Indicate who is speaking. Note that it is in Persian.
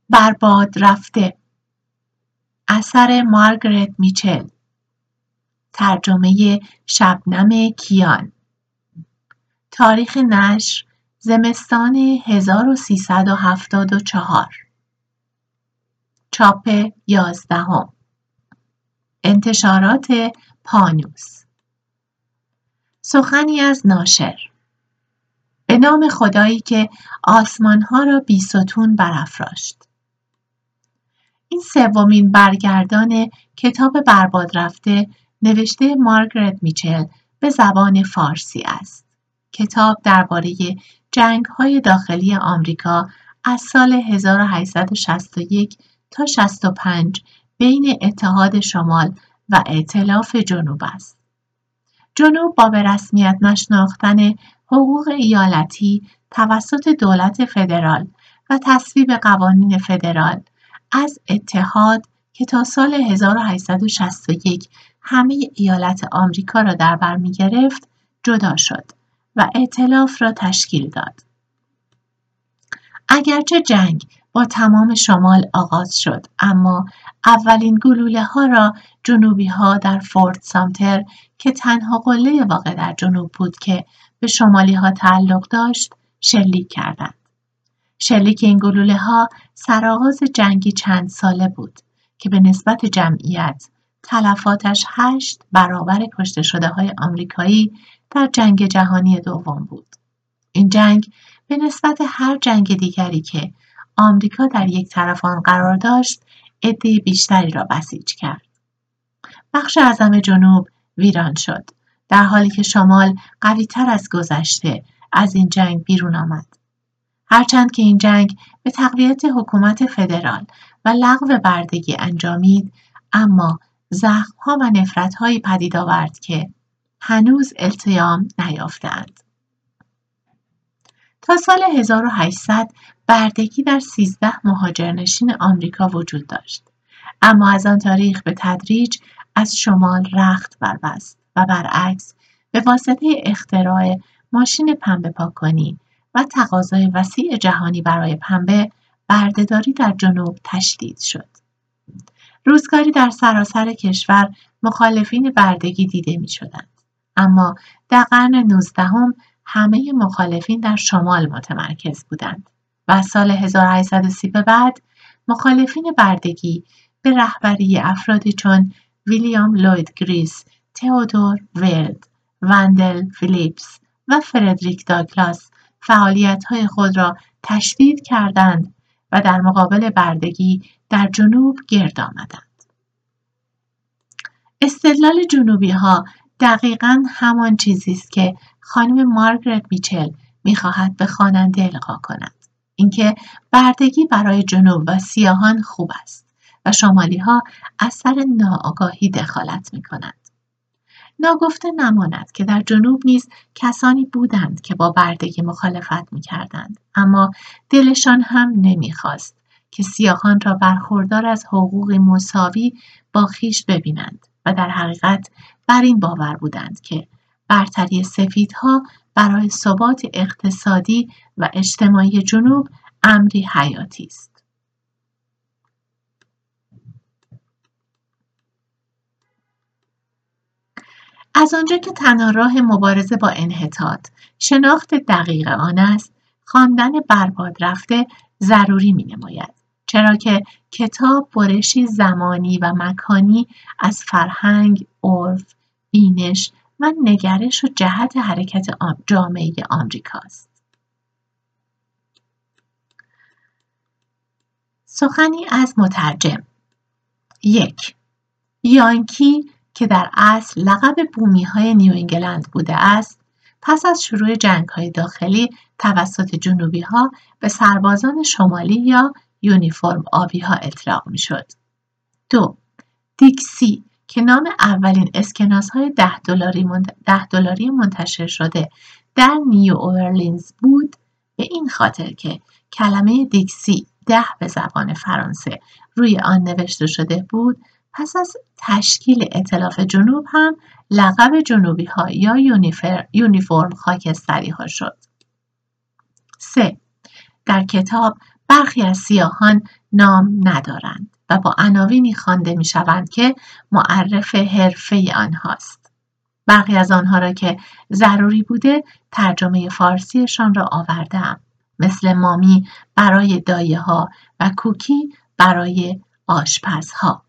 Speaker 1: برباد رفته، اثر مارگرت میچل، ترجمه شبنم کیان، تاریخ نشر زمستان 1374، چاپ 11، انتشارات پانوس. سخنی از ناشر. به نام خدایی که آسمانها را بی ستون برافراشت. این سومین برگردان کتاب برباد رفته نوشته مارگرت میچل به زبان فارسی است. کتاب درباره جنگ‌های داخلی آمریکا از سال 1861 تا 65 بین اتحاد شمال و ائتلاف جنوب است. جنوب با به رسمیت نشناختن حقوق ایالتی توسط دولت فدرال و تصویب قوانین فدرال از اتحاد که تا سال 1861 همه ایالت آمریکا را در بر می‌گرفت جدا شد و ائتلاف را تشکیل داد. اگرچه جنگ با تمام شمال آغاز شد، اما اولین گلوله‌ها را جنوبی‌ها در فورت سامتر که تنها قله واقع در جنوب بود که به شمالی‌ها تعلق داشت، شلیک کردند. شلیک این گلوله‌ها سرآغاز جنگی چند ساله بود که به نسبت جمعیت تلفاتش 8 برابر کشته شده‌های آمریکایی در جنگ جهانی دوم بود. این جنگ به نسبت هر جنگ دیگری که آمریکا در یک طرف آن قرار داشت، عده بیشتری را بسیج کرد. بخش اعظم جنوب ویران شد، در حالی که شمال قوی‌تر از گذشته از این جنگ بیرون آمد. هرچند که این جنگ به تقویت حکومت فدرال و لغو بردگی انجامید، اما زخم‌ها و نفرت‌هایی پدید آورد که هنوز التیام نیافته‌اند. تا سال 1800 بردگی در 13 مهاجرنشین آمریکا وجود داشت، اما از آن تاریخ به تدریج از شمال رخت بربست و برعکس به واسطه اختراع ماشین پنبه پاک‌کنی و تقاضای وسیع جهانی برای پنبه، بردهداری در جنوب تشدید شد. روزگاری در سراسر کشور مخالفین بردگی دیده می شدند. اما در قرن 19 همه مخالفین در شمال متمرکز بودند و از سال 1830 به بعد مخالفین بردگی به رهبری افرادی چون ویلیام لوید گریس، تئودور ولد، وندل فیلیپس و فردریک داگلاس فعالیت‌های خود را تشدید کردند و در مقابل بردگی در جنوب گرد آمدند. استدلال جنوبی‌ها دقیقاً همان چیزی است که خانم مارگرت میچل می‌خواهد به خواننده القا کند، اینکه بردگی برای جنوب و سیاهان خوب است و شمالی‌ها از سر ناآگاهی دخالت می‌کنند. ناگفته نماند که در جنوب نیز کسانی بودند که با بردگی مخالفت می‌کردند، اما دلشان هم نمی‌خواست که سیاهان را برخوردار از حقوقی مساوی با خویش ببینند و در حقیقت بر این باور بودند که برتری سفیدها برای ثبات اقتصادی و اجتماعی جنوب امری حیاتی است. از آنجا که تنها راه مبارزه با انحطاط شناخت دقیق آن است، خواندن برباد رفته ضروری می‌نماید، چرا که کتاب برشی زمانی و مکانی از فرهنگ، عرف، بینش و نگرش و جهت حرکت جامعه آمریکاست. سخنی از مترجم. 1. یانکی که در اصل لقب بومی‌های نیو انگلند بوده است، پس از شروع جنگ‌های داخلی توسط جنوبی‌ها به سربازان شمالی یا یونیفرم آبی‌ها اطلاق می‌شد. 2. دیکسی که نام اولین اسکناس‌های $10 منتشر شده در نیو اورلینز بود، به این خاطر که کلمه دیکسی 10 به زبان فرانسه روی آن نوشته شده بود، پس از تشکیل ائتلاف جنوب هم لقب جنوبی‌ها یا یونیفرم خاکستری‌ها شد. 3. در کتاب برخی از سیاهان نام ندارند و با عناوینی خوانده می‌شوند که معرف حرفه آنهاست. برخی از آنها را که ضروری بوده ترجمه فارسیشان را آورده‌ام، مثل مامی برای دایه‌ها و کوکی برای آشپزها.